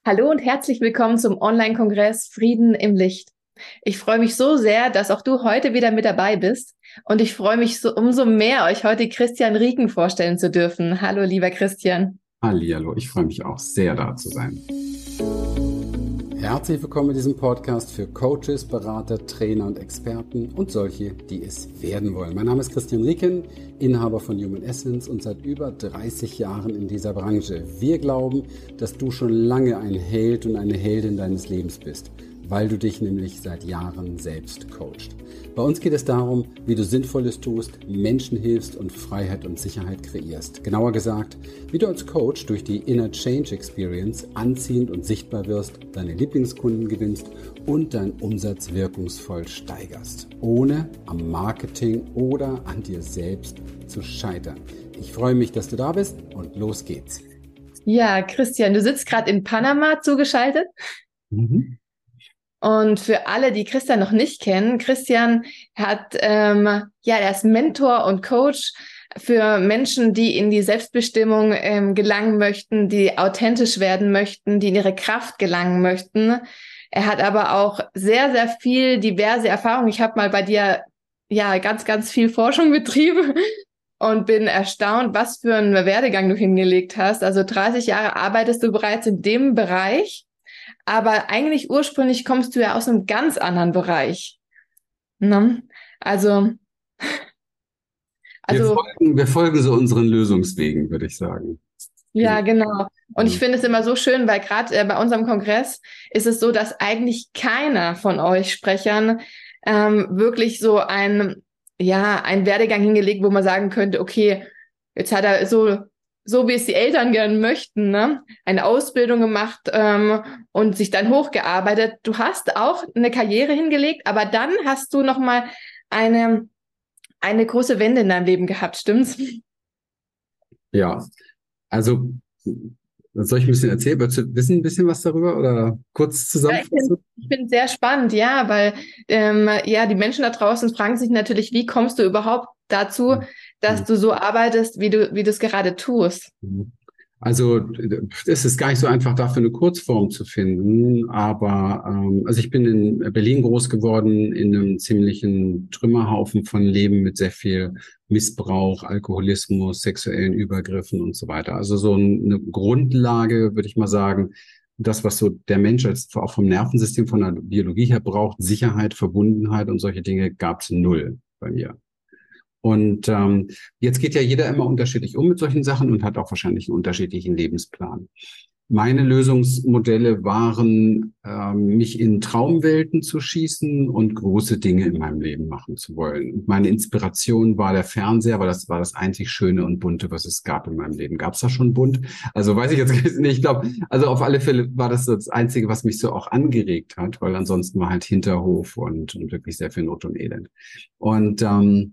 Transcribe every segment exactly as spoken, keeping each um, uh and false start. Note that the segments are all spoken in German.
Hallo und herzlich willkommen zum Online-Kongress Frieden im Licht. Ich freue mich so sehr, dass auch du heute wieder mit dabei bist und ich freue mich so umso mehr, euch heute Christian Rieken vorstellen zu dürfen. Hallo, lieber Christian. Hallihallo, ich freue mich auch sehr, da zu sein. Herzlich willkommen in diesem Podcast für Coaches, Berater, Trainer und Experten und solche, die es werden wollen. Mein Name ist Christian Rieken, Inhaber von Human Essence und seit über dreißig Jahren in dieser Branche. Wir glauben, dass du schon lange ein Held und eine Heldin deines Lebens bist, weil du dich nämlich seit Jahren selbst coachst. Bei uns geht es darum, wie du Sinnvolles tust, Menschen hilfst und Freiheit und Sicherheit kreierst. Genauer gesagt, wie du als Coach durch die Inner Change Experience anziehend und sichtbar wirst, deine Lieblingskunden gewinnst und deinen Umsatz wirkungsvoll steigerst, ohne am Marketing oder an dir selbst zu scheitern. Ich freue mich, dass du da bist und los geht's. Ja, Christian, du sitzt gerade in Panama zugeschaltet. Mhm. Und für alle, die Christian noch nicht kennen, Christian hat, ähm, ja, er ist Mentor und Coach für Menschen, die in die Selbstbestimmung ähm, gelangen möchten, die authentisch werden möchten, die in ihre Kraft gelangen möchten. Er hat aber auch sehr, sehr viel diverse Erfahrungen. Ich habe mal bei dir ja ganz, ganz viel Forschung betrieben und bin erstaunt, was für einen Werdegang du hingelegt hast. Also dreißig Jahre arbeitest du bereits in dem Bereich. Aber eigentlich ursprünglich kommst du ja aus einem ganz anderen Bereich. Ne? Also, Wir also folgen, wir folgen so unseren Lösungswegen, würde ich sagen. ja, genau. Und ich Mhm. finde es immer so schön, weil gerade äh, bei unserem Kongress ist es so, dass eigentlich keiner von euch Sprechern ähm, wirklich so ein, ja, einen Werdegang hingelegt, wo man sagen könnte, okay, jetzt hat er so, so wie es die Eltern gern möchten, ne, eine Ausbildung gemacht ähm, und sich dann hochgearbeitet. Du hast auch eine Karriere hingelegt, aber dann hast du noch mal eine eine große Wende in deinem Leben gehabt, stimmt's? Ja, also soll ich ein bisschen erzählen? Willst du wissen ein bisschen was darüber oder kurz Ja, ich finde zusammenfassen? ich finde sehr spannend, ja, weil ähm, ja, die Menschen da draußen fragen sich natürlich, wie kommst du überhaupt dazu, dass du so arbeitest, wie du wie du es gerade tust? Also es ist gar nicht so einfach, dafür eine Kurzform zu finden. Aber ähm, also ich bin in Berlin groß geworden, in einem ziemlichen Trümmerhaufen von Leben mit sehr viel Missbrauch, Alkoholismus, sexuellen Übergriffen und so weiter. Also so eine Grundlage, würde ich mal sagen, das, was so der Mensch als auch vom Nervensystem, von der Biologie her braucht, Sicherheit, Verbundenheit und solche Dinge, gab es null bei mir. Und ähm, jetzt geht ja jeder immer unterschiedlich um mit solchen Sachen und hat auch wahrscheinlich einen unterschiedlichen Lebensplan. Meine Lösungsmodelle waren, ähm, mich in Traumwelten zu schießen und große Dinge in meinem Leben machen zu wollen. Und meine Inspiration war der Fernseher, weil das war das einzig Schöne und Bunte, was es gab in meinem Leben. Gab es da schon bunt? Also weiß ich jetzt nicht. Ich glaube, also auf alle Fälle war das so das Einzige, was mich so auch angeregt hat, weil ansonsten war halt Hinterhof und, und wirklich sehr viel Not und Elend. Und ähm,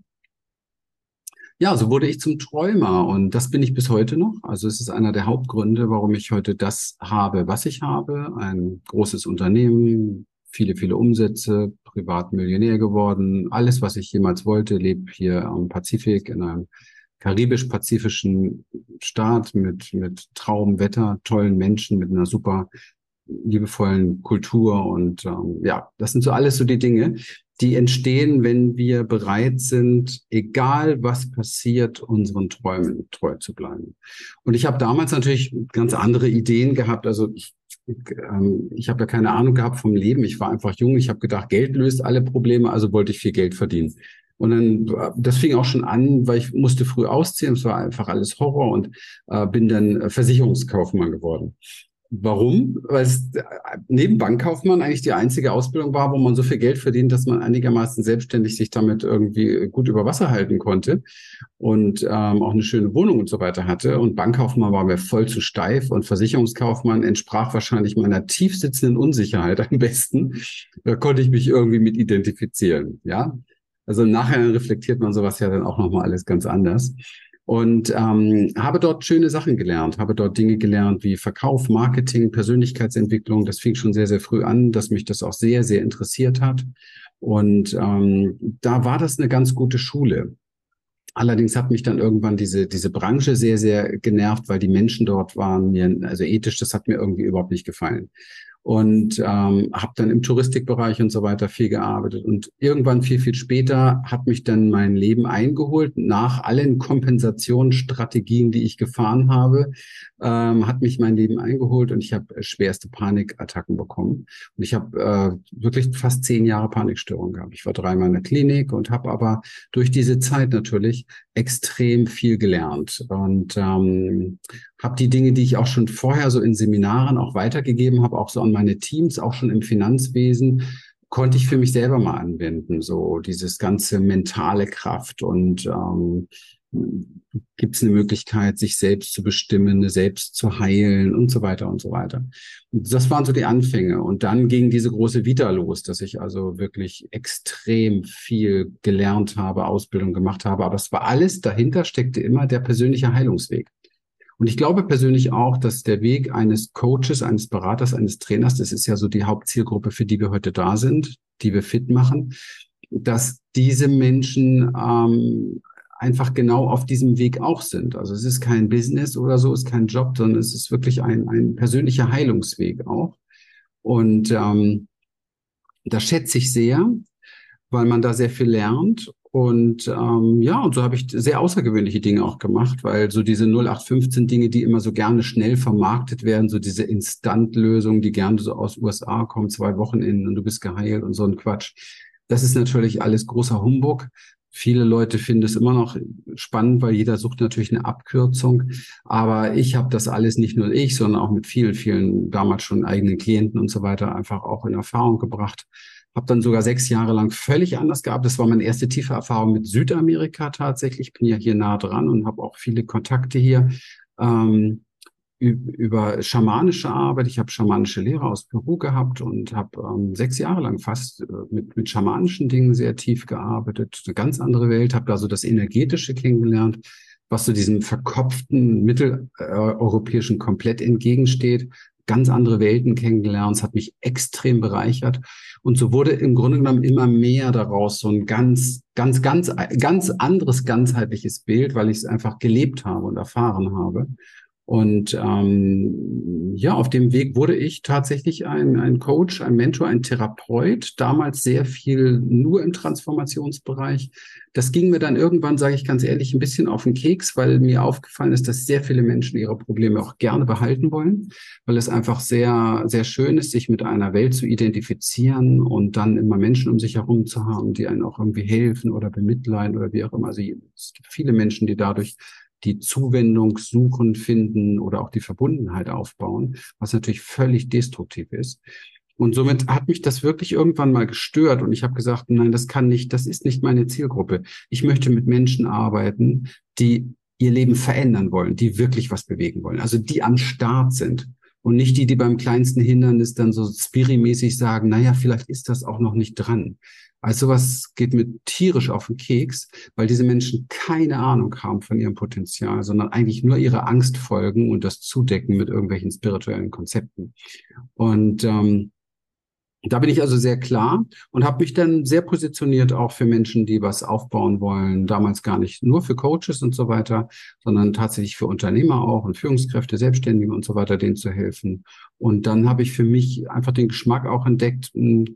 ja, so wurde ich zum Träumer und das bin ich bis heute noch. Also es ist einer der Hauptgründe, warum ich heute das habe, was ich habe. Ein großes Unternehmen, viele, viele Umsätze, privat Millionär geworden. Alles, was ich jemals wollte, lebe hier am Pazifik in einem karibisch-pazifischen Staat mit, mit Traumwetter, tollen Menschen, mit einer super liebevollen Kultur und ähm, ja, das sind so alles so die Dinge, die entstehen, wenn wir bereit sind, egal was passiert, unseren Träumen treu zu bleiben. Und ich habe damals natürlich ganz andere Ideen gehabt. Also ich, ähm, ich habe ja keine Ahnung gehabt vom Leben. Ich war einfach jung. Ich habe gedacht, Geld löst alle Probleme, also wollte ich viel Geld verdienen. Und dann, das fing auch schon an, weil ich musste früh ausziehen. Es war einfach alles Horror und äh, bin dann Versicherungskaufmann geworden. Warum? Weil es neben Bankkaufmann eigentlich die einzige Ausbildung war, wo man so viel Geld verdient, dass man einigermaßen selbstständig sich damit irgendwie gut über Wasser halten konnte und ähm, auch eine schöne Wohnung und so weiter hatte. Und Bankkaufmann war mir voll zu steif und Versicherungskaufmann entsprach wahrscheinlich meiner tief sitzenden Unsicherheit am besten. Da konnte ich mich irgendwie mit identifizieren, ja. Also im Nachhinein reflektiert man sowas ja dann auch nochmal alles ganz anders. Und ähm, habe dort schöne Sachen gelernt, habe dort Dinge gelernt wie Verkauf, Marketing, Persönlichkeitsentwicklung. Das fing schon sehr, sehr früh an, dass mich das auch sehr, sehr interessiert hat. Und ähm, da war das eine ganz gute Schule. Allerdings hat mich dann irgendwann diese, diese Branche sehr, sehr genervt, weil die Menschen dort waren mir, also ethisch, das hat mir irgendwie überhaupt nicht gefallen. Und ähm, habe dann im Touristikbereich und so weiter viel gearbeitet. Und irgendwann viel, viel später hat mich dann mein Leben eingeholt. Nach allen Kompensationsstrategien, die ich gefahren habe, ähm, hat mich mein Leben eingeholt und ich habe schwerste Panikattacken bekommen. Und ich habe äh, wirklich fast zehn Jahre Panikstörung gehabt. Ich war dreimal in der Klinik und habe aber durch diese Zeit natürlich extrem viel gelernt. Und ähm, habe die Dinge, die ich auch schon vorher so in Seminaren auch weitergegeben habe, auch so an meine Teams, auch schon im Finanzwesen, konnte ich für mich selber mal anwenden. So dieses ganze mentale Kraft und ähm, gibt es eine Möglichkeit, sich selbst zu bestimmen, selbst zu heilen und so weiter und so weiter. Und das waren so die Anfänge. Und dann ging diese große Vita los, dass ich also wirklich extrem viel gelernt habe, Ausbildung gemacht habe. Aber es war alles, dahinter steckte immer der persönliche Heilungsweg. Und ich glaube persönlich auch, dass der Weg eines Coaches, eines Beraters, eines Trainers, das ist ja so die Hauptzielgruppe, für die wir heute da sind, die wir fit machen, dass diese Menschen ähm, einfach genau auf diesem Weg auch sind. Also es ist kein Business oder so, es ist kein Job, sondern es ist wirklich ein, ein persönlicher Heilungsweg auch. Und ähm, das schätze ich sehr, weil man da sehr viel lernt. Und ähm, ja, und so habe ich sehr außergewöhnliche Dinge auch gemacht, weil so diese null acht fünfzehn Dinge, die immer so gerne schnell vermarktet werden, so diese Instant-Lösungen, die gerne so aus U S A kommen, zwei Wochen in und du bist geheilt und so ein Quatsch. Das ist natürlich alles großer Humbug. Viele Leute finden es immer noch spannend, weil jeder sucht natürlich eine Abkürzung. Aber ich habe das alles, nicht nur ich, sondern auch mit vielen, vielen damals schon eigenen Klienten und so weiter einfach auch in Erfahrung gebracht. Habe dann sogar sechs Jahre lang völlig anders gehabt. Das war meine erste tiefe Erfahrung mit Südamerika tatsächlich. Ich bin ja hier nah dran und habe auch viele Kontakte hier. Ähm, über schamanische Arbeit. Ich habe schamanische Lehre aus Peru gehabt und habe ähm, sechs Jahre lang fast äh, mit, mit schamanischen Dingen sehr tief gearbeitet. Eine ganz andere Welt, habe da so das Energetische kennengelernt, was so diesem verkopften mitteleuropäischen komplett entgegensteht. Ganz andere Welten kennengelernt. Es hat mich extrem bereichert. Und so wurde im Grunde genommen immer mehr daraus so ein ganz, ganz, ganz, ganz anderes ganzheitliches Bild, weil ich es einfach gelebt habe und erfahren habe. Und ähm, ja, auf dem Weg wurde ich tatsächlich ein, ein Coach, ein Mentor, ein Therapeut, damals sehr viel nur im Transformationsbereich. Das ging mir dann irgendwann, sage ich ganz ehrlich, ein bisschen auf den Keks, weil mir aufgefallen ist, dass sehr viele Menschen ihre Probleme auch gerne behalten wollen, weil es einfach sehr, sehr schön ist, sich mit einer Welt zu identifizieren und dann immer Menschen um sich herum zu haben, die einen auch irgendwie helfen oder bemitleiden oder wie auch immer. Also es gibt viele Menschen, die dadurch die Zuwendung suchen, finden oder auch die Verbundenheit aufbauen, was natürlich völlig destruktiv ist. Und somit hat mich das wirklich irgendwann mal gestört und ich habe gesagt, nein, das kann nicht, das ist nicht meine Zielgruppe. Ich möchte mit Menschen arbeiten, die ihr Leben verändern wollen, die wirklich was bewegen wollen, also die am Start sind. Und nicht die, die beim kleinsten Hindernis dann so spiri-mäßig sagen, naja, vielleicht ist das auch noch nicht dran. Also sowas geht mir tierisch auf den Keks, weil diese Menschen keine Ahnung haben von ihrem Potenzial, sondern eigentlich nur ihrer Angst folgen und das zudecken mit irgendwelchen spirituellen Konzepten. Und ähm, da bin ich also sehr klar und habe mich dann sehr positioniert auch für Menschen, die was aufbauen wollen. Damals gar nicht nur für Coaches und so weiter, sondern tatsächlich für Unternehmer auch und Führungskräfte, Selbstständige und so weiter, denen zu helfen. Und dann habe ich für mich einfach den Geschmack auch entdeckt,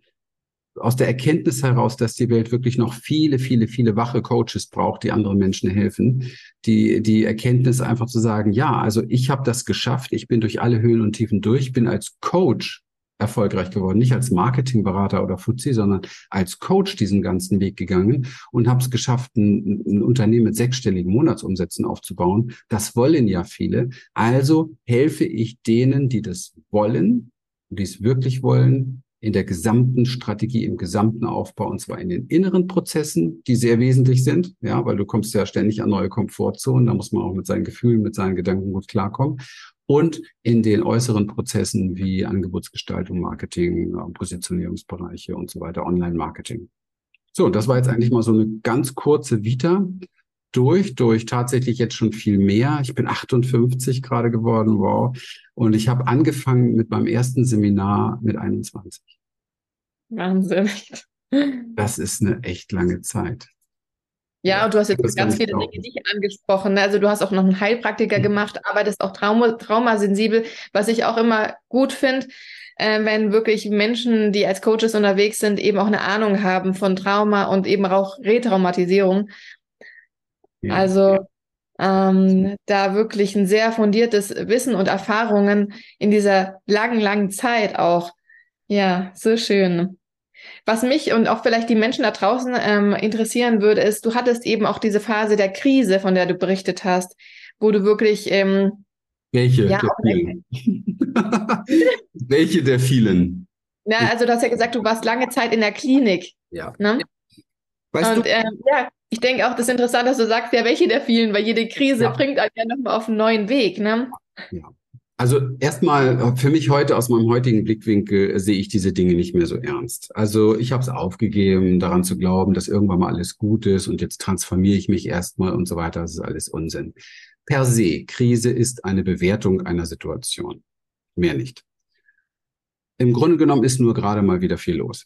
aus der Erkenntnis heraus, dass die Welt wirklich noch viele, viele, viele wache Coaches braucht, die anderen Menschen helfen. Die, die Erkenntnis einfach zu sagen, ja, also ich habe das geschafft, ich bin durch alle Höhen und Tiefen durch, bin als Coach erfolgreich geworden, nicht als Marketingberater oder Fuzzi, sondern als Coach diesen ganzen Weg gegangen und habe es geschafft, ein, ein Unternehmen mit sechsstelligen Monatsumsätzen aufzubauen. Das wollen ja viele. Also helfe ich denen, die das wollen, die es wirklich wollen, in der gesamten Strategie, im gesamten Aufbau, und zwar in den inneren Prozessen, die sehr wesentlich sind, ja, weil du kommst ja ständig an neue Komfortzonen, da muss man auch mit seinen Gefühlen, mit seinen Gedanken gut klarkommen. Und in den äußeren Prozessen wie Angebotsgestaltung, Marketing, Positionierungsbereiche und so weiter, Online-Marketing. So, das war jetzt eigentlich mal so eine ganz kurze Vita durch, durch tatsächlich jetzt schon viel mehr. Ich bin achtundfünfzig gerade geworden, wow. Und ich habe angefangen mit meinem ersten Seminar mit einundzwanzig. Wahnsinn. Das ist eine echt lange Zeit. Ja, Ja, und du hast ich jetzt kann das gar ganz nicht viele Dinge glauben. nicht angesprochen, ne? Also du hast auch noch einen Heilpraktiker gemacht, arbeitest auch trauma, traumasensibel, was ich auch immer gut finde, äh, wenn wirklich Menschen, die als Coaches unterwegs sind, eben auch eine Ahnung haben von Trauma und eben auch Retraumatisierung. Ja. Also ähm, da wirklich ein sehr fundiertes Wissen und Erfahrungen in dieser langen, langen Zeit auch. Ja, so schön. Was mich und auch vielleicht die Menschen da draußen ähm, interessieren würde, ist, du hattest eben auch diese Phase der Krise, von der du berichtet hast, wo du wirklich, ähm, Welche ja, der auch, vielen? Welche der vielen? na, Ich, also du hast ja gesagt, du warst lange Zeit in der Klinik, ja. ne? Weißt du, Und ähm, ja, ich denke auch, das ist interessant, dass du sagst, ja, welche der vielen, weil jede Krise ja. bringt einen ja nochmal auf einen neuen Weg, ne? Ja. Also erstmal äh, für mich heute aus meinem heutigen Blickwinkel äh, sehe ich diese Dinge nicht mehr so ernst. Also ich habe es aufgegeben, daran zu glauben, dass irgendwann mal alles gut ist und jetzt transformiere ich mich erstmal und so weiter. Das ist alles Unsinn. Per se, Krise ist eine Bewertung einer Situation. Mehr nicht. Im Grunde genommen ist nur gerade mal wieder viel los.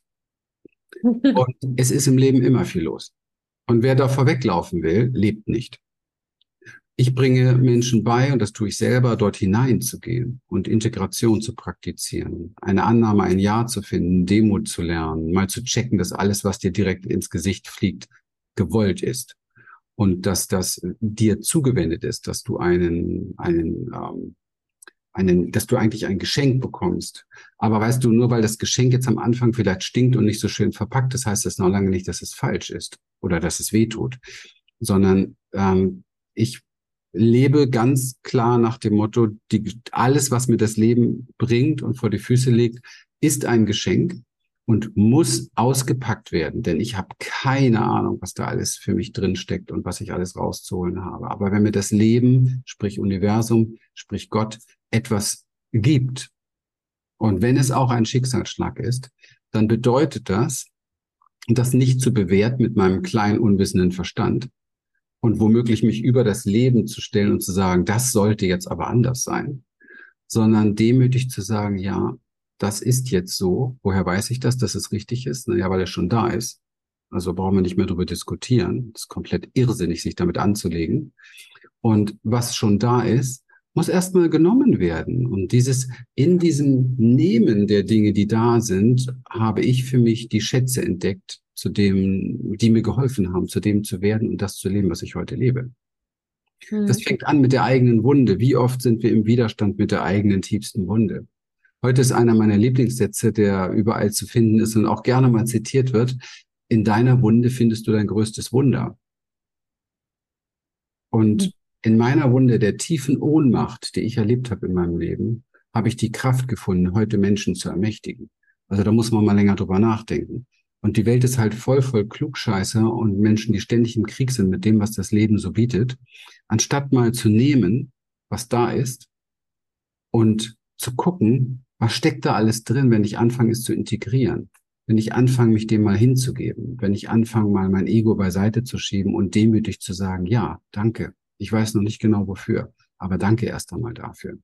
Und es ist im Leben immer viel los. Und wer da vorweglaufen will, lebt nicht. Ich bringe Menschen bei, und das tue ich selber, dort hineinzugehen und Integration zu praktizieren, eine Annahme, ein Ja zu finden, Demut zu lernen, mal zu checken, dass alles, was dir direkt ins Gesicht fliegt, gewollt ist und dass das dir zugewendet ist, dass du einen, einen, ähm, einen, dass du eigentlich ein Geschenk bekommst. Aber weißt du, nur weil das Geschenk jetzt am Anfang vielleicht stinkt und nicht so schön verpackt ist, heißt das noch lange nicht, dass es falsch ist oder dass es weh tut, sondern ähm, ich lebe ganz klar nach dem Motto, die, alles, was mir das Leben bringt und vor die Füße legt, ist ein Geschenk und muss ausgepackt werden, denn ich habe keine Ahnung, was da alles für mich drin steckt und was ich alles rauszuholen habe. Aber wenn mir das Leben, sprich Universum, sprich Gott, etwas gibt und wenn es auch ein Schicksalsschlag ist, dann bedeutet das, das nicht zu bewerten mit meinem kleinen, unwissenden Verstand, und womöglich mich über das Leben zu stellen und zu sagen, das sollte jetzt aber anders sein, sondern demütig zu sagen, ja, das ist jetzt so. Woher weiß ich das, dass es richtig ist? Naja, weil es schon da ist. Also brauchen wir nicht mehr darüber diskutieren. Es ist komplett irrsinnig, sich damit anzulegen. Und was schon da ist, muss erstmal genommen werden. Und dieses, in diesem Nehmen der Dinge, die da sind, habe ich für mich die Schätze entdeckt, zu dem, die mir geholfen haben, zu dem zu werden und das zu leben, was ich heute lebe. Das Hm. fängt an mit der eigenen Wunde. Wie oft sind wir im Widerstand mit der eigenen tiefsten Wunde? Heute ist einer meiner Lieblingssätze, der überall zu finden ist und auch gerne mal zitiert wird. In deiner Wunde findest du dein größtes Wunder. Und in meiner Wunde der tiefen Ohnmacht, die ich erlebt habe in meinem Leben, habe ich die Kraft gefunden, heute Menschen zu ermächtigen. Also da muss man mal länger drüber nachdenken. Und die Welt ist halt voll, voll Klugscheißer und Menschen, die ständig im Krieg sind mit dem, was das Leben so bietet, anstatt mal zu nehmen, was da ist und zu gucken, was steckt da alles drin, wenn ich anfange, es zu integrieren. Wenn ich anfange, mich dem mal hinzugeben, wenn ich anfange, mal mein Ego beiseite zu schieben und demütig zu sagen, ja, danke. Ich weiß noch nicht genau wofür, aber danke erst einmal dafür.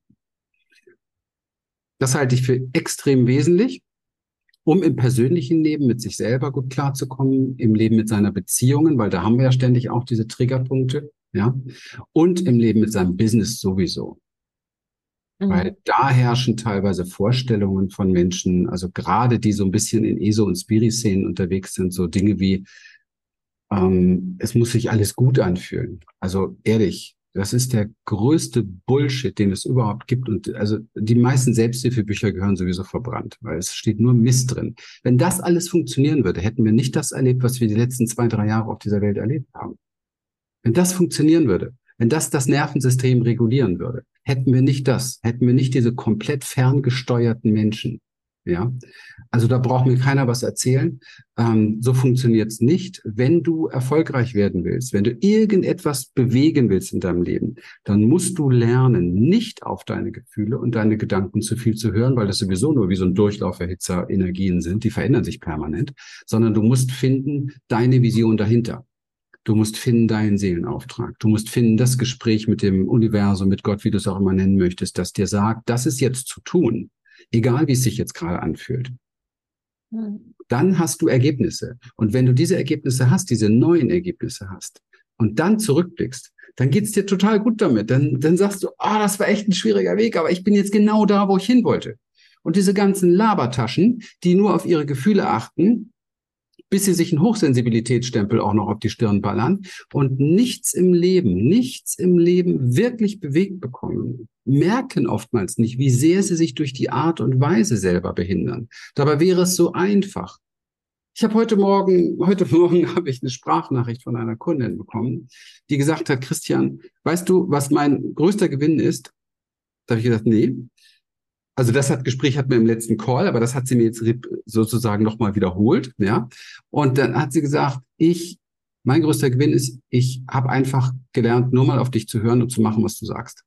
Das halte ich für extrem wesentlich, um im persönlichen Leben mit sich selber gut klarzukommen, im Leben mit seiner Beziehungen, weil da haben wir ja ständig auch diese Triggerpunkte, ja, und im Leben mit seinem Business sowieso. Weil Mhm. da herrschen teilweise Vorstellungen von Menschen, also gerade die so ein bisschen in ESO- und Spiri-Szenen unterwegs sind, so Dinge wie, ähm, es muss sich alles gut anfühlen. Also ehrlich, das ist der größte Bullshit, den es überhaupt gibt. Und also die meisten Selbsthilfebücher gehören sowieso verbrannt, weil es steht nur Mist drin. Wenn das alles funktionieren würde, hätten wir nicht das erlebt, was wir die letzten zwei, drei Jahre auf dieser Welt erlebt haben. Wenn das funktionieren würde, wenn das das Nervensystem regulieren würde, hätten wir nicht das, hätten wir nicht diese komplett ferngesteuerten Menschen. Ja, also da braucht mir keiner was erzählen. Ähm, so funktioniert's nicht. Wenn du erfolgreich werden willst, wenn du irgendetwas bewegen willst in deinem Leben, dann musst du lernen, nicht auf deine Gefühle und deine Gedanken zu viel zu hören, weil das sowieso nur wie so ein Durchlauferhitzer Energien sind, die verändern sich permanent, sondern du musst finden, deine Vision dahinter. Du musst finden deinen Seelenauftrag. Du musst finden das Gespräch mit dem Universum, mit Gott, wie du es auch immer nennen möchtest, das dir sagt, das ist jetzt zu tun, egal wie es sich jetzt gerade anfühlt. Mhm. Dann hast du Ergebnisse. Und wenn du diese Ergebnisse hast, diese neuen Ergebnisse hast und dann zurückblickst, dann geht's dir total gut damit. Dann, dann sagst du, ah, das war echt ein schwieriger Weg, aber ich bin jetzt genau da, wo ich hin wollte. Und diese ganzen Labertaschen, die nur auf ihre Gefühle achten, bis sie sich einen Hochsensibilitätsstempel auch noch auf die Stirn ballern und nichts im Leben, nichts im Leben wirklich bewegt bekommen, merken oftmals nicht, wie sehr sie sich durch die Art und Weise selber behindern. Dabei wäre es so einfach. Ich habe heute Morgen, heute Morgen habe ich eine Sprachnachricht von einer Kundin bekommen, die gesagt hat, Christian, weißt du, was mein größter Gewinn ist? Da habe ich gesagt, nee. Also das hat, Gespräch hatten wir im letzten Call, aber das hat sie mir jetzt sozusagen nochmal wiederholt, ja. Und dann hat sie gesagt, ich, mein größter Gewinn ist, ich habe einfach gelernt, nur mal auf dich zu hören und zu machen, was du sagst.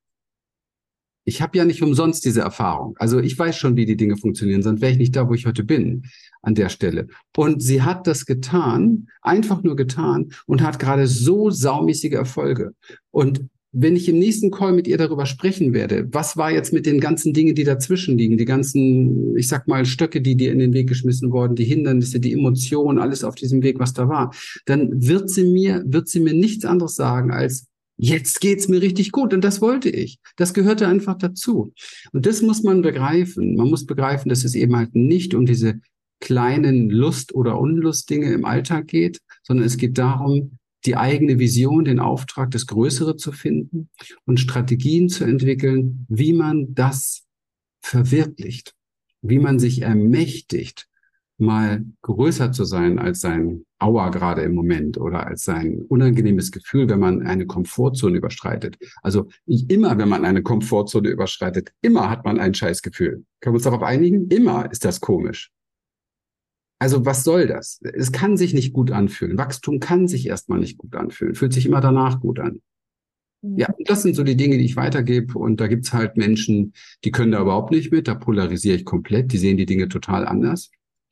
Ich habe ja nicht umsonst diese Erfahrung. Also ich weiß schon, wie die Dinge funktionieren, sonst wäre ich nicht da, wo ich heute bin, an der Stelle. Und sie hat das getan, einfach nur getan und hat gerade so saumäßige Erfolge. Und wenn ich im nächsten Call mit ihr darüber sprechen werde, was war jetzt mit den ganzen Dingen, die dazwischen liegen, die ganzen, ich sag mal, Stöcke, die dir in den Weg geschmissen wurden, die Hindernisse, die Emotionen, alles auf diesem Weg, was da war, dann wird sie mir, wird sie mir nichts anderes sagen als, jetzt geht's mir richtig gut und das wollte ich. Das gehörte einfach dazu. Und das muss man begreifen. Man muss begreifen, dass es eben halt nicht um diese kleinen Lust- oder Unlust-Dinge im Alltag geht, sondern es geht darum, die eigene Vision, den Auftrag, das Größere zu finden und Strategien zu entwickeln, wie man das verwirklicht, wie man sich ermächtigt, mal größer zu sein als sein Aua gerade im Moment oder als sein unangenehmes Gefühl, wenn man eine Komfortzone überschreitet. Also nicht immer, wenn man eine Komfortzone überschreitet, immer hat man ein Scheißgefühl. Können wir uns darauf einigen? Immer ist das komisch. Also was soll das? Es kann sich nicht gut anfühlen. Wachstum kann sich erstmal nicht gut anfühlen. Fühlt sich immer danach gut an. Ja, das sind so die Dinge, die ich weitergebe. Und da gibt's halt Menschen, die können da überhaupt nicht mit. Da polarisiere ich komplett. Die sehen die Dinge total anders.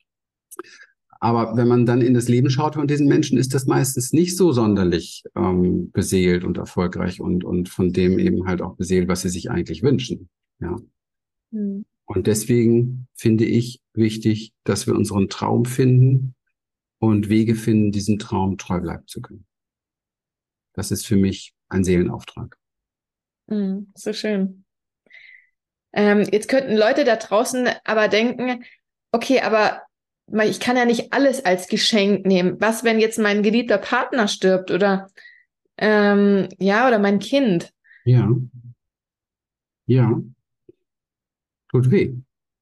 Aber wenn man dann in das Leben schaut von diesen Menschen, ist das meistens nicht so sonderlich ähm, beseelt und erfolgreich und, und von dem eben halt auch beseelt, was sie sich eigentlich wünschen. Ja. Mhm. Und deswegen finde ich wichtig, dass wir unseren Traum finden und Wege finden, diesem Traum treu bleiben zu können. Das ist für mich ein Seelenauftrag. Mm, so schön. Ähm, jetzt könnten Leute da draußen aber denken, okay, aber ich kann ja nicht alles als Geschenk nehmen. Was, wenn jetzt mein geliebter Partner stirbt oder ähm, ja, oder mein Kind? Ja. Ja. Tut weh.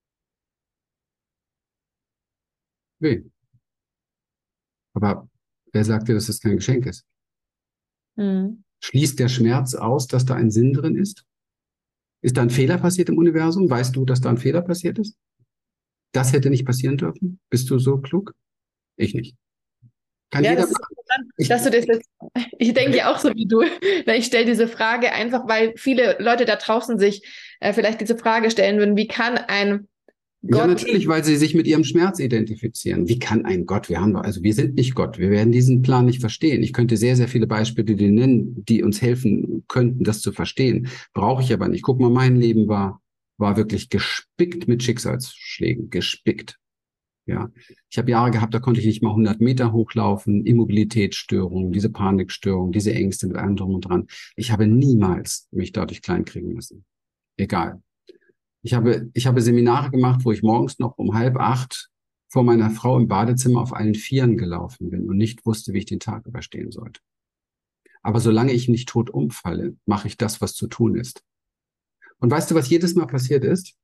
Weh. Aber wer sagt dir, dass es kein Geschenk ist? Hm. Schließt der Schmerz aus, dass da ein Sinn drin ist? Ist da ein Fehler passiert im Universum? Weißt du, dass da ein Fehler passiert ist? Das hätte nicht passieren dürfen? Bist du so klug? Ich nicht. Kann ja, jeder das ist machen. interessant, dass du das jetzt, ich denke ja auch so wie du. Ich stelle diese Frage einfach, weil viele Leute da draußen sich äh, vielleicht diese Frage stellen würden, wie kann ein Gott... Ja, natürlich, weil sie sich mit ihrem Schmerz identifizieren. Wie kann ein Gott, wir haben, also wir sind nicht Gott, wir werden diesen Plan nicht verstehen. Ich könnte sehr, sehr viele Beispiele dir nennen, die uns helfen könnten, das zu verstehen. Brauche ich aber nicht. Guck mal, mein Leben war, war wirklich gespickt mit Schicksalsschlägen, gespickt. Ja, ich habe Jahre gehabt, da konnte ich nicht mal hundert Meter hochlaufen, Immobilitätsstörungen, diese Panikstörungen, diese Ängste mit allem drum und dran. Ich habe niemals mich dadurch kleinkriegen müssen. Egal. Ich habe, ich habe Seminare gemacht, wo ich morgens noch um halb acht vor meiner Frau im Badezimmer auf allen Vieren gelaufen bin und nicht wusste, wie ich den Tag überstehen sollte. Aber solange ich nicht tot umfalle, mache ich das, was zu tun ist. Und weißt du, was jedes Mal passiert ist?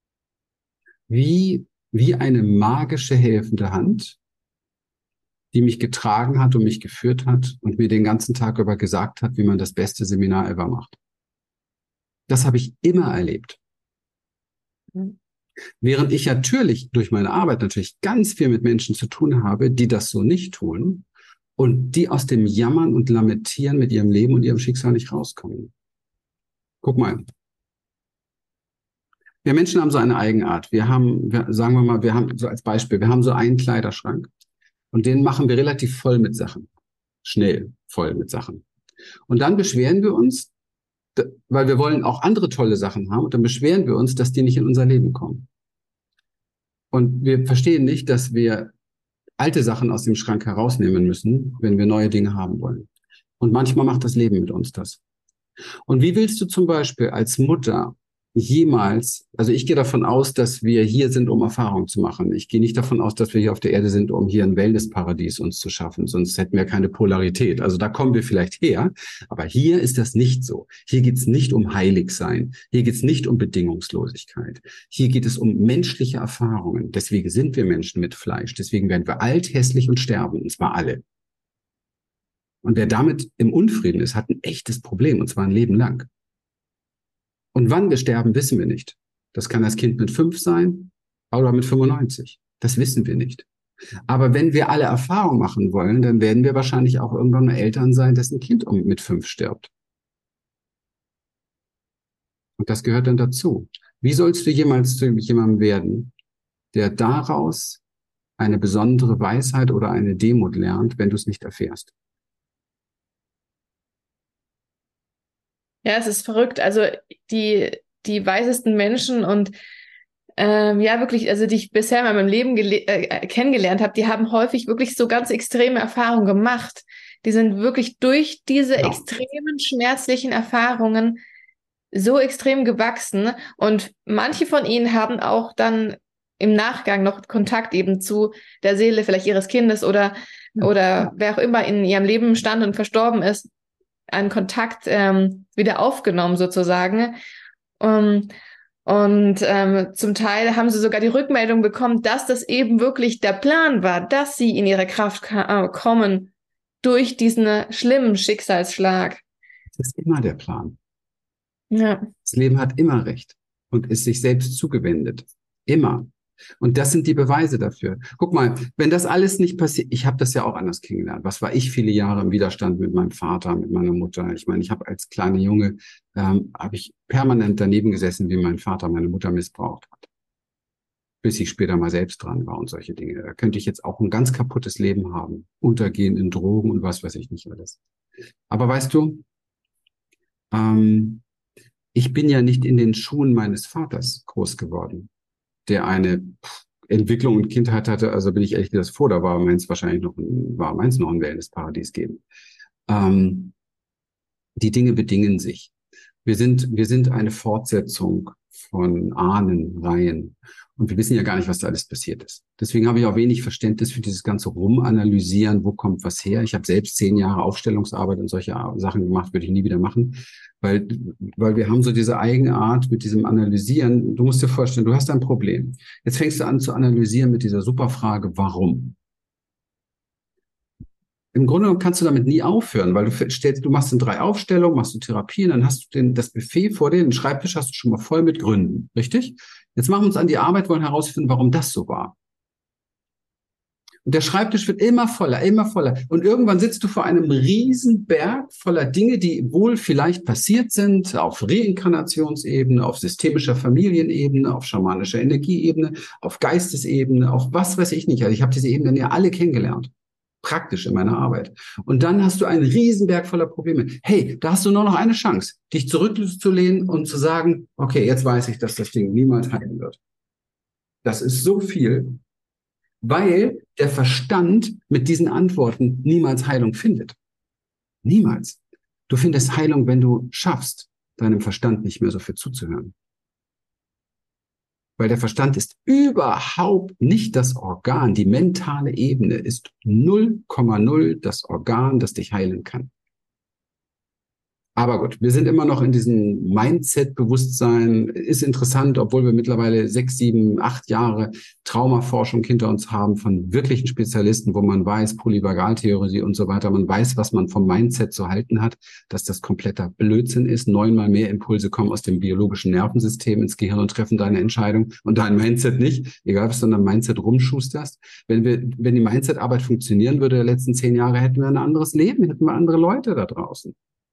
Wie Wie eine magische helfende Hand, die mich getragen hat und mich geführt hat und mir den ganzen Tag über gesagt hat, wie man das beste Seminar ever macht. Das habe ich immer erlebt. Mhm. Während ich natürlich durch meine Arbeit natürlich ganz viel mit Menschen zu tun habe, die das so nicht tun und die aus dem Jammern und Lamentieren mit ihrem Leben und ihrem Schicksal nicht rauskommen. Guck mal. Wir Menschen haben so eine Eigenart. Wir haben, wir, sagen wir mal, wir haben so als Beispiel, wir haben so einen Kleiderschrank und den machen wir relativ voll mit Sachen. Schnell voll mit Sachen. Und dann beschweren wir uns, weil wir wollen auch andere tolle Sachen haben, und dann beschweren wir uns, dass die nicht in unser Leben kommen. Und wir verstehen nicht, dass wir alte Sachen aus dem Schrank herausnehmen müssen, wenn wir neue Dinge haben wollen. Und manchmal macht das Leben mit uns das. Und wie willst du zum Beispiel als Mutter jemals, also ich gehe davon aus, dass wir hier sind, um Erfahrung zu machen. Ich gehe nicht davon aus, dass wir hier auf der Erde sind, um hier ein Wellnessparadies uns zu schaffen, sonst hätten wir keine Polarität. Also da kommen wir vielleicht her, aber hier ist das nicht so. Hier geht es nicht um Heiligsein, hier geht es nicht um Bedingungslosigkeit. Hier geht es um menschliche Erfahrungen. Deswegen sind wir Menschen mit Fleisch, deswegen werden wir alt, hässlich und sterben, und zwar alle. Und wer damit im Unfrieden ist, hat ein echtes Problem, und zwar ein Leben lang. Und wann wir sterben, wissen wir nicht. Das kann das Kind mit fünf sein oder mit fünfundneunzig. Das wissen wir nicht. Aber wenn wir alle Erfahrung machen wollen, dann werden wir wahrscheinlich auch irgendwann mal Eltern sein, dessen Kind mit fünf stirbt. Und das gehört dann dazu. Wie sollst du jemals zu jemandem werden, der daraus eine besondere Weisheit oder eine Demut lernt, wenn du es nicht erfährst? Ja, es ist verrückt. Also die, die weisesten Menschen und ähm, ja, wirklich, also die ich bisher in meinem Leben äh, kennengelernt habe, die haben häufig wirklich so ganz extreme Erfahrungen gemacht. Die sind wirklich durch diese Ja. extremen, schmerzlichen Erfahrungen so extrem gewachsen. Und manche von ihnen haben auch dann im Nachgang noch Kontakt eben zu der Seele vielleicht ihres Kindes oder, Ja. oder wer auch immer in ihrem Leben stand und verstorben ist, einen Kontakt ähm, wieder aufgenommen sozusagen. Um, und ähm, zum Teil haben sie sogar die Rückmeldung bekommen, dass das eben wirklich der Plan war, dass sie in ihre Kraft ka- äh, kommen durch diesen schlimmen Schicksalsschlag. Das ist immer der Plan. Ja. Das Leben hat immer recht und ist sich selbst zugewendet. Immer. Und das sind die Beweise dafür. Guck mal, wenn das alles nicht passiert, ich habe das ja auch anders kennengelernt. Was war ich viele Jahre im Widerstand mit meinem Vater, mit meiner Mutter? Ich meine, ich habe als kleiner Junge, ähm, habe ich permanent daneben gesessen, wie mein Vater meine Mutter missbraucht hat. Bis ich später mal selbst dran war und solche Dinge. Da könnte ich jetzt auch ein ganz kaputtes Leben haben, untergehen in Drogen und was weiß ich nicht alles. Aber weißt du, ähm, ich bin ja nicht in den Schuhen meines Vaters groß geworden, der eine Entwicklung und Kindheit hatte, also bin ich ehrlich gesagt vor, da war meins wahrscheinlich noch ein, war meins noch ein Wellnessparadies geben. Ähm, die Dinge bedingen sich. Wir sind, wir sind eine Fortsetzung von Ahnenreihen. Und wir wissen ja gar nicht, was da alles passiert ist. Deswegen habe ich auch wenig Verständnis für dieses ganze Rumanalysieren, wo kommt was her. Ich habe selbst zehn Jahre Aufstellungsarbeit und solche Sachen gemacht, würde ich nie wieder machen. Weil, weil wir haben so diese eigene Art mit diesem Analysieren. Du musst dir vorstellen, du hast ein Problem. Jetzt fängst du an zu analysieren mit dieser super Frage, warum? Im Grunde genommen kannst du damit nie aufhören, weil du stellst, du machst in drei Aufstellungen, machst du Therapien, dann hast du den, das Buffet vor dir, den Schreibtisch hast du schon mal voll mit Gründen, richtig? Jetzt machen wir uns an die Arbeit, wollen herausfinden, warum das so war. Und der Schreibtisch wird immer voller, immer voller. Und irgendwann sitzt du vor einem riesen Berg voller Dinge, die wohl vielleicht passiert sind, auf Reinkarnationsebene, auf systemischer Familienebene, auf schamanischer Energieebene, auf Geistesebene, auf was weiß ich nicht. Also ich habe diese Ebenen ja alle kennengelernt. Praktisch in meiner Arbeit. Und dann hast du einen Riesenberg voller Probleme. Hey, da hast du nur noch eine Chance, dich zurückzulehnen und zu sagen, okay, jetzt weiß ich, dass das Ding niemals heilen wird. Das ist so viel, weil der Verstand mit diesen Antworten niemals Heilung findet. Niemals. Du findest Heilung, wenn du schaffst, deinem Verstand nicht mehr so viel zuzuhören. Weil der Verstand ist überhaupt nicht das Organ. Die mentale Ebene ist null Komma null das Organ, das dich heilen kann. Aber gut, wir sind immer noch in diesem Mindset-Bewusstsein. Ist interessant, obwohl wir mittlerweile sechs, sieben, acht Jahre Traumaforschung hinter uns haben von wirklichen Spezialisten, wo man weiß, Polyvagaltheorie und so weiter, man weiß, was man vom Mindset zu halten hat, dass das kompletter Blödsinn ist. Neunmal mehr Impulse kommen aus dem biologischen Nervensystem ins Gehirn und treffen deine Entscheidung und dein Mindset nicht, egal was du an deinem Mindset rumschusterst. Wenn wir, wenn die Mindset-Arbeit funktionieren würde der letzten zehn Jahre, hätten wir ein anderes Leben, hätten wir andere Leute da draußen.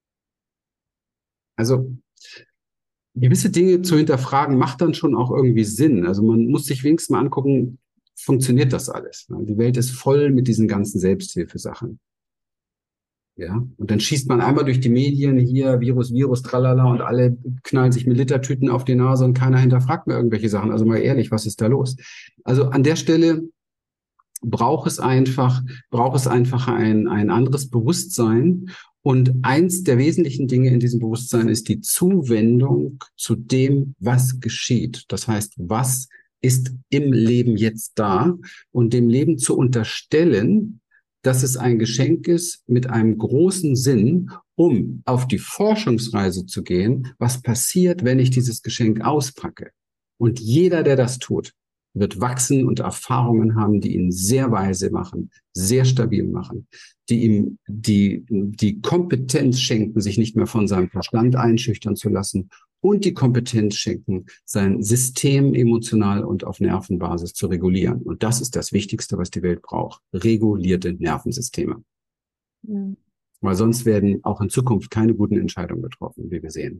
Also gewisse Dinge zu hinterfragen, macht dann schon auch irgendwie Sinn. Also man muss sich wenigstens mal angucken, funktioniert das alles? Die Welt ist voll mit diesen ganzen Selbsthilfesachen. Ja, und dann schießt man einmal durch die Medien, hier Virus, Virus, tralala, und alle knallen sich mit Litertüten auf die Nase und keiner hinterfragt mehr irgendwelche Sachen. Also mal ehrlich, was ist da los? Also an der Stelle braucht es einfach, braucht es einfach ein, ein anderes Bewusstsein. Und eins der wesentlichen Dinge in diesem Bewusstsein ist die Zuwendung zu dem, was geschieht. Das heißt, was ist im Leben jetzt da, und dem Leben zu unterstellen, dass es ein Geschenk ist mit einem großen Sinn, um auf die Forschungsreise zu gehen, was passiert, wenn ich dieses Geschenk auspacke. Und jeder, der das tut, wird wachsen und Erfahrungen haben, die ihn sehr weise machen, sehr stabil machen, die ihm die, die Kompetenz schenken, sich nicht mehr von seinem Verstand einschüchtern zu lassen, und die Kompetenz schenken, sein System emotional und auf Nervenbasis zu regulieren. Und das ist das Wichtigste, was die Welt braucht. Regulierte Nervensysteme. Mhm. Weil sonst werden auch in Zukunft keine guten Entscheidungen getroffen, wie wir sehen.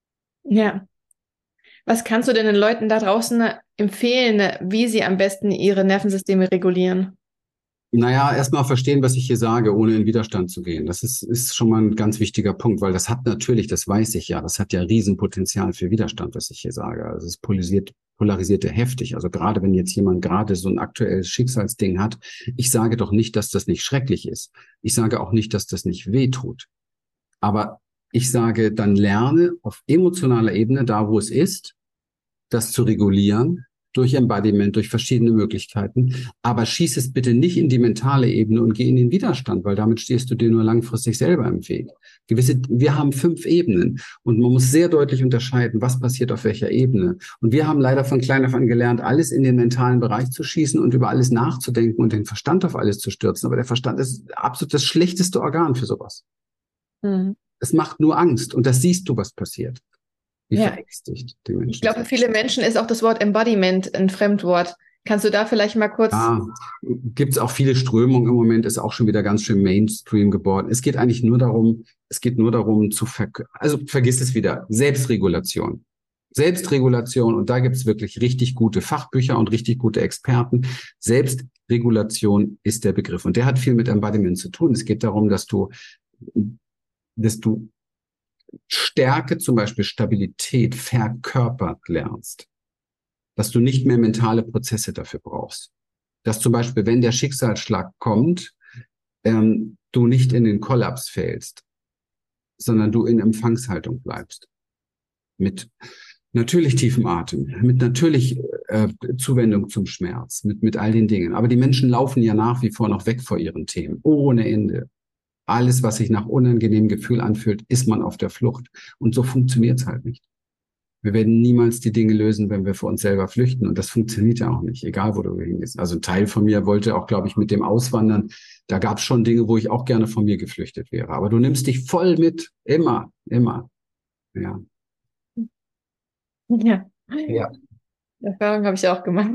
Ja. Was kannst du denn den Leuten da draußen empfehlen, wie sie am besten ihre Nervensysteme regulieren? Naja, erstmal verstehen, was ich hier sage, ohne in Widerstand zu gehen. Das ist, ist schon mal ein ganz wichtiger Punkt, weil das hat natürlich, das weiß ich ja, das hat ja Riesenpotenzial für Widerstand, was ich hier sage. Also es polarisiert, polarisiert ja heftig. Also gerade wenn jetzt jemand gerade so ein aktuelles Schicksalsding hat, ich sage doch nicht, dass das nicht schrecklich ist. Ich sage auch nicht, dass das nicht wehtut. Aber ich sage, dann lerne auf emotionaler Ebene, da wo es ist, das zu regulieren, durch Embodiment, durch verschiedene Möglichkeiten. Aber schieß es bitte nicht in die mentale Ebene und geh in den Widerstand, weil damit stehst du dir nur langfristig selber im Weg. Gewisse, wir haben fünf Ebenen und man muss sehr deutlich unterscheiden, was passiert auf welcher Ebene. Und wir haben leider von klein auf an gelernt, alles in den mentalen Bereich zu schießen und über alles nachzudenken und den Verstand auf alles zu stürzen. Aber der Verstand ist absolut das schlechteste Organ für sowas. Mhm. Es macht nur Angst und das siehst du, was passiert. Wie ja. verängstigt die Menschen. Ich glaube, für viele Menschen ist auch das Wort Embodiment ein Fremdwort. Kannst du da vielleicht mal kurz... Ja, gibt es auch viele Strömungen im Moment, ist auch schon wieder ganz schön Mainstream geworden. Es geht eigentlich nur darum, es geht nur darum zu, ver also vergiss es wieder, Selbstregulation. Selbstregulation, und da gibt es wirklich richtig gute Fachbücher und richtig gute Experten. Selbstregulation ist der Begriff und der hat viel mit Embodiment zu tun. Es geht darum, dass du, dass du Stärke, zum Beispiel Stabilität, verkörpert lernst. Dass du nicht mehr mentale Prozesse dafür brauchst. Dass zum Beispiel, wenn der Schicksalsschlag kommt, ähm, du nicht in den Kollaps fällst, sondern du in Empfangshaltung bleibst. Mit natürlich tiefem Atem, mit natürlich äh, Zuwendung zum Schmerz, mit, mit all den Dingen. Aber die Menschen laufen ja nach wie vor noch weg vor ihren Themen, ohne Ende. Alles, was sich nach unangenehmem Gefühl anfühlt, ist man auf der Flucht. Und so funktioniert es halt nicht. Wir werden niemals die Dinge lösen, wenn wir vor uns selber flüchten. Und das funktioniert ja auch nicht, egal wo du hingehst. Also ein Teil von mir wollte auch, glaube ich, mit dem Auswandern, da gab es schon Dinge, wo ich auch gerne von mir geflüchtet wäre. Aber du nimmst dich voll mit, immer, immer. Ja. Ja. Ja. Die Erfahrung habe ich auch gemacht.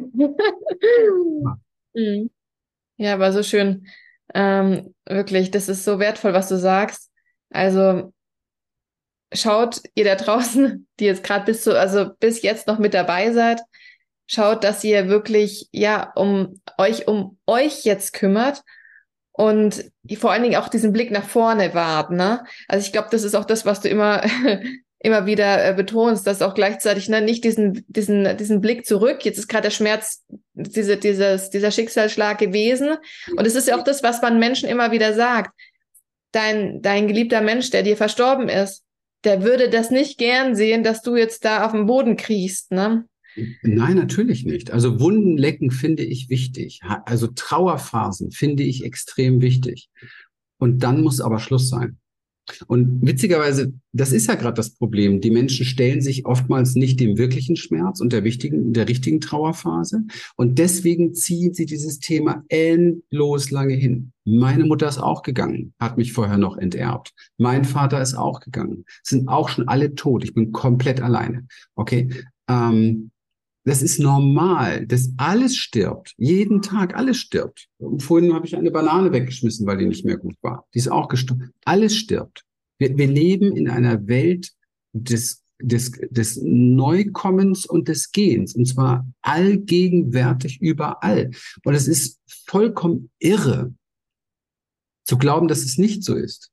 Ja. Ja, aber so schön. Ähm, wirklich, das ist so wertvoll, was du sagst. Also schaut ihr da draußen, die jetzt gerade bis zu, also bis jetzt noch mit dabei seid, schaut, dass ihr wirklich ja um euch um euch jetzt kümmert und vor allen Dingen auch diesen Blick nach vorne wahrt, ne? Also ich glaube, das ist auch das, was du immer immer wieder äh, betonst, dass auch gleichzeitig ne, nicht diesen diesen diesen Blick zurück. Jetzt ist gerade der Schmerz, diese dieses dieser Schicksalsschlag gewesen und es ist ja auch das, was man Menschen immer wieder sagt. Dein dein geliebter Mensch, der dir verstorben ist, der würde das nicht gern sehen, dass du jetzt da auf dem Boden kriechst, ne? Nein, natürlich nicht. Also Wunden lecken finde ich wichtig. Also Trauerphasen finde ich extrem wichtig. Und dann muss aber Schluss sein. Und witzigerweise, das ist ja gerade das Problem. Die Menschen stellen sich oftmals nicht dem wirklichen Schmerz und der wichtigen, der richtigen Trauerphase. Und deswegen ziehen sie dieses Thema endlos lange hin. Meine Mutter ist auch gegangen, hat mich vorher noch enterbt. Mein Vater ist auch gegangen. Sind auch schon alle tot. Ich bin komplett alleine. Okay? Ähm, das ist normal, dass alles stirbt. Jeden Tag alles stirbt. Und vorhin habe ich eine Banane weggeschmissen, weil die nicht mehr gut war. Die ist auch gestorben. Alles stirbt. Wir, wir leben in einer Welt des, des, des Neukommens und des Gehens. Und zwar allgegenwärtig überall. Und es ist vollkommen irre, zu glauben, dass es nicht so ist.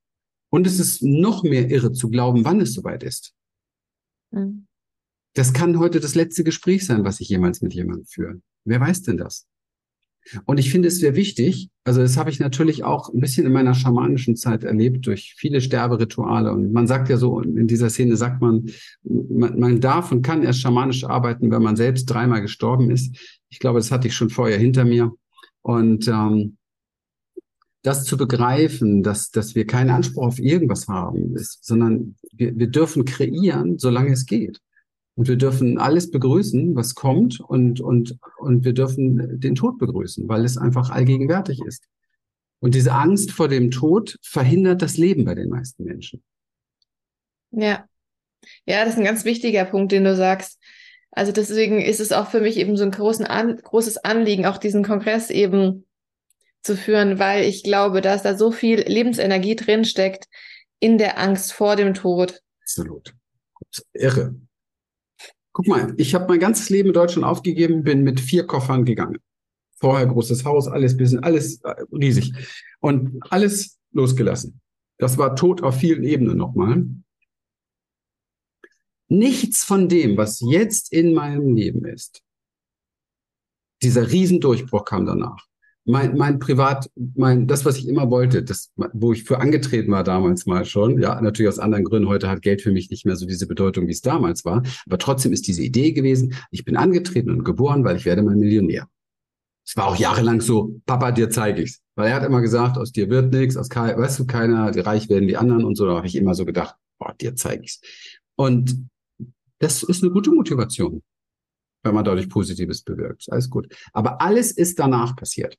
Und es ist noch mehr irre zu glauben, wann es soweit ist. Mhm. Das kann heute das letzte Gespräch sein, was ich jemals mit jemandem führe. Wer weiß denn das? Und ich finde es sehr wichtig, also das habe ich natürlich auch ein bisschen in meiner schamanischen Zeit erlebt, durch viele Sterberituale. Und man sagt ja so, in dieser Szene sagt man, man, man darf und kann erst schamanisch arbeiten, wenn man selbst dreimal gestorben ist. Ich glaube, das hatte ich schon vorher hinter mir. Und ähm, das zu begreifen, dass, dass wir keinen Anspruch auf irgendwas haben, ist, sondern wir, wir dürfen kreieren, solange es geht. Und wir dürfen alles begrüßen, was kommt, und, und, und wir dürfen den Tod begrüßen, weil es einfach allgegenwärtig ist. Und diese Angst vor dem Tod verhindert das Leben bei den meisten Menschen. Ja. Ja, das ist ein ganz wichtiger Punkt, den du sagst. Also deswegen ist es auch für mich eben so ein großen An großes Anliegen, auch diesen Kongress eben zu führen, weil ich glaube, dass da so viel Lebensenergie drinsteckt in der Angst vor dem Tod. Absolut. Irre. Guck mal, ich habe mein ganzes Leben in Deutschland aufgegeben, bin mit vier Koffern gegangen. Vorher großes Haus, alles bisschen, alles äh, riesig. Und alles losgelassen. Das war Tod auf vielen Ebenen nochmal. Nichts von dem, was jetzt in meinem Leben ist, dieser Riesendurchbruch kam danach. Mein, mein Privat, mein, das, was ich immer wollte, das, wo ich für angetreten war damals mal schon, ja, natürlich aus anderen Gründen, heute hat Geld für mich nicht mehr so diese Bedeutung, wie es damals war, aber trotzdem ist diese Idee gewesen, ich bin angetreten und geboren, weil ich werde mal Millionär. Es war auch jahrelang so, Papa, dir zeige ich's. Weil er hat immer gesagt, aus dir wird nichts, aus kein, weißt du, keiner, die reich werden die anderen und so, da habe ich immer so gedacht, boah, dir zeige ich's. Und das ist eine gute Motivation, wenn man dadurch Positives bewirkt. Alles gut. Aber alles ist danach passiert.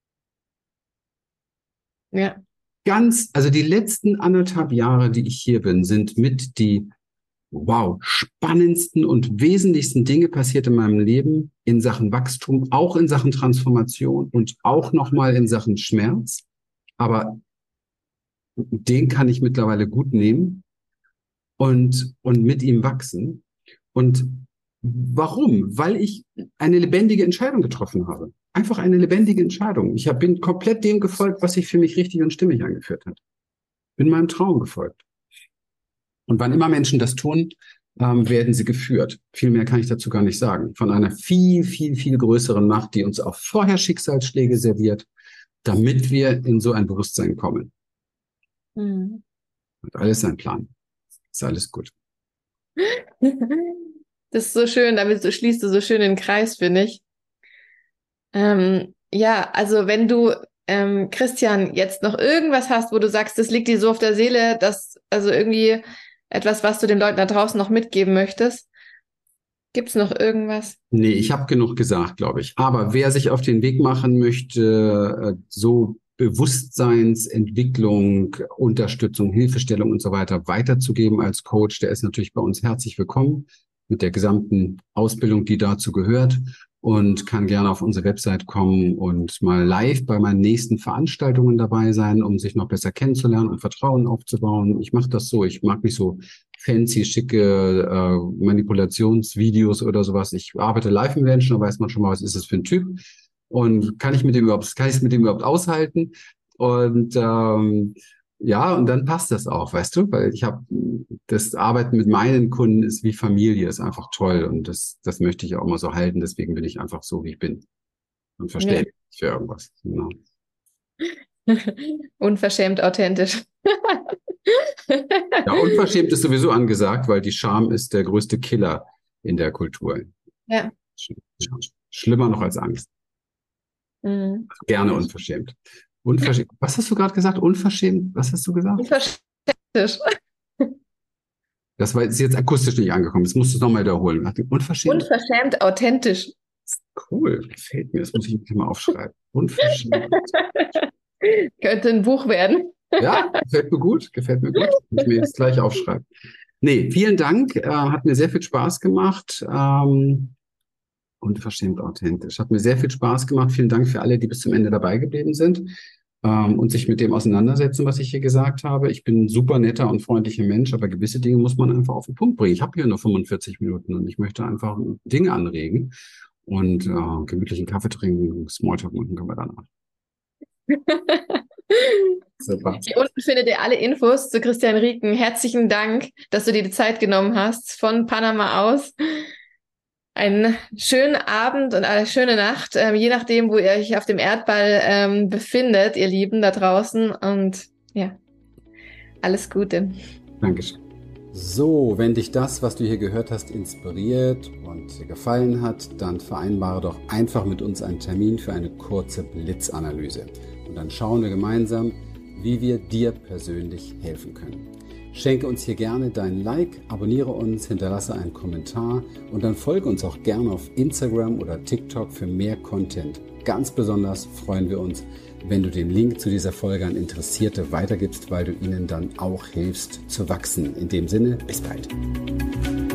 Ja. Ganz, also die letzten anderthalb Jahre, die ich hier bin, sind mit die, wow, spannendsten und wesentlichsten Dinge passiert in meinem Leben in Sachen Wachstum, auch in Sachen Transformation und auch nochmal in Sachen Schmerz. Aber den kann ich mittlerweile gut nehmen und, und mit ihm wachsen. Und warum? Weil ich eine lebendige Entscheidung getroffen habe. Einfach eine lebendige Entscheidung. Ich hab, bin komplett dem gefolgt, was sich für mich richtig und stimmig angeführt hat. Bin meinem Traum gefolgt. Und wann immer Menschen das tun, ähm, werden sie geführt. Viel mehr kann ich dazu gar nicht sagen. Von einer viel, viel, viel größeren Macht, die uns auch vorher Schicksalsschläge serviert, damit wir in so ein Bewusstsein kommen. Mhm. Und alles ein Plan. Ist alles gut. Das ist so schön, damit du, schließt du so schön den Kreis, finde ich. Ähm, ja, also wenn du, ähm, Christian, jetzt noch irgendwas hast, wo du sagst, das liegt dir so auf der Seele, dass, also irgendwie etwas, was du den Leuten da draußen noch mitgeben möchtest, gibt's noch irgendwas? Nee, ich habe genug gesagt, glaube ich. Aber wer sich auf den Weg machen möchte, äh, so Bewusstseinsentwicklung, Unterstützung, Hilfestellung und so weiter weiterzugeben als Coach, der ist natürlich bei uns herzlich willkommen mit der gesamten Ausbildung, die dazu gehört, und kann gerne auf unsere Website kommen und mal live bei meinen nächsten Veranstaltungen dabei sein, um sich noch besser kennenzulernen und Vertrauen aufzubauen. Ich mache das so, ich mag nicht so fancy, schicke äh, Manipulationsvideos oder sowas. Ich arbeite live mit Menschen, da weiß man schon mal, was ist das für ein Typ. Und kann ich mit dem überhaupt, kann ich es mit dem überhaupt aushalten? Und ähm, ja, und dann passt das auch, weißt du, weil ich habe das Arbeiten mit meinen Kunden ist wie Familie, ist einfach toll, und das, das möchte ich auch mal so halten. Deswegen bin ich einfach so, wie ich bin, und verstehe Ja. mich für irgendwas. Genau. Unverschämt authentisch. Ja, unverschämt ist sowieso angesagt, weil die Scham ist der größte Killer in der Kultur. Ja. Schlimmer noch als Angst. Mhm. Gerne unverschämt. Unverschämt. Was hast du gerade gesagt? Unverschämt? Was hast du gesagt? Unverschämt. Das war ist jetzt akustisch nicht angekommen. Das musst du nochmal wiederholen. Unverschämt? Unverschämt authentisch. Cool. Gefällt mir. Das muss ich mir mal aufschreiben. Unverschämt. Könnte ein Buch werden. Ja, gefällt mir gut. Gefällt mir gut. Muss ich mir jetzt gleich aufschreiben. Nee, vielen Dank. Äh, hat mir sehr viel Spaß gemacht. Ähm, unverschämt authentisch. Hat mir sehr viel Spaß gemacht. Vielen Dank für alle, die bis zum Ende dabei geblieben sind ähm, und sich mit dem auseinandersetzen, was ich hier gesagt habe. Ich bin ein super netter und freundlicher Mensch, aber gewisse Dinge muss man einfach auf den Punkt bringen. Ich habe hier nur fünfundvierzig Minuten und ich möchte einfach Dinge anregen und äh, gemütlichen Kaffee trinken, Smalltalk machen können wir danach. Super. Hier unten findet ihr alle Infos zu Christian Rieken. Herzlichen Dank, dass du dir die Zeit genommen hast von Panama aus. Einen schönen Abend und eine schöne Nacht, ähm, je nachdem, wo ihr euch auf dem Erdball ähm, befindet, ihr Lieben da draußen. Und ja, alles Gute. Dankeschön. So, wenn dich das, was du hier gehört hast, inspiriert und dir gefallen hat, dann vereinbare doch einfach mit uns einen Termin für eine kurze Blitzanalyse. Und dann schauen wir gemeinsam, wie wir dir persönlich helfen können. Schenke uns hier gerne dein Like, abonniere uns, hinterlasse einen Kommentar und dann folge uns auch gerne auf Instagram oder TikTok für mehr Content. Ganz besonders freuen wir uns, wenn du den Link zu dieser Folge an Interessierte weitergibst, weil du ihnen dann auch hilfst zu wachsen. In dem Sinne, bis bald.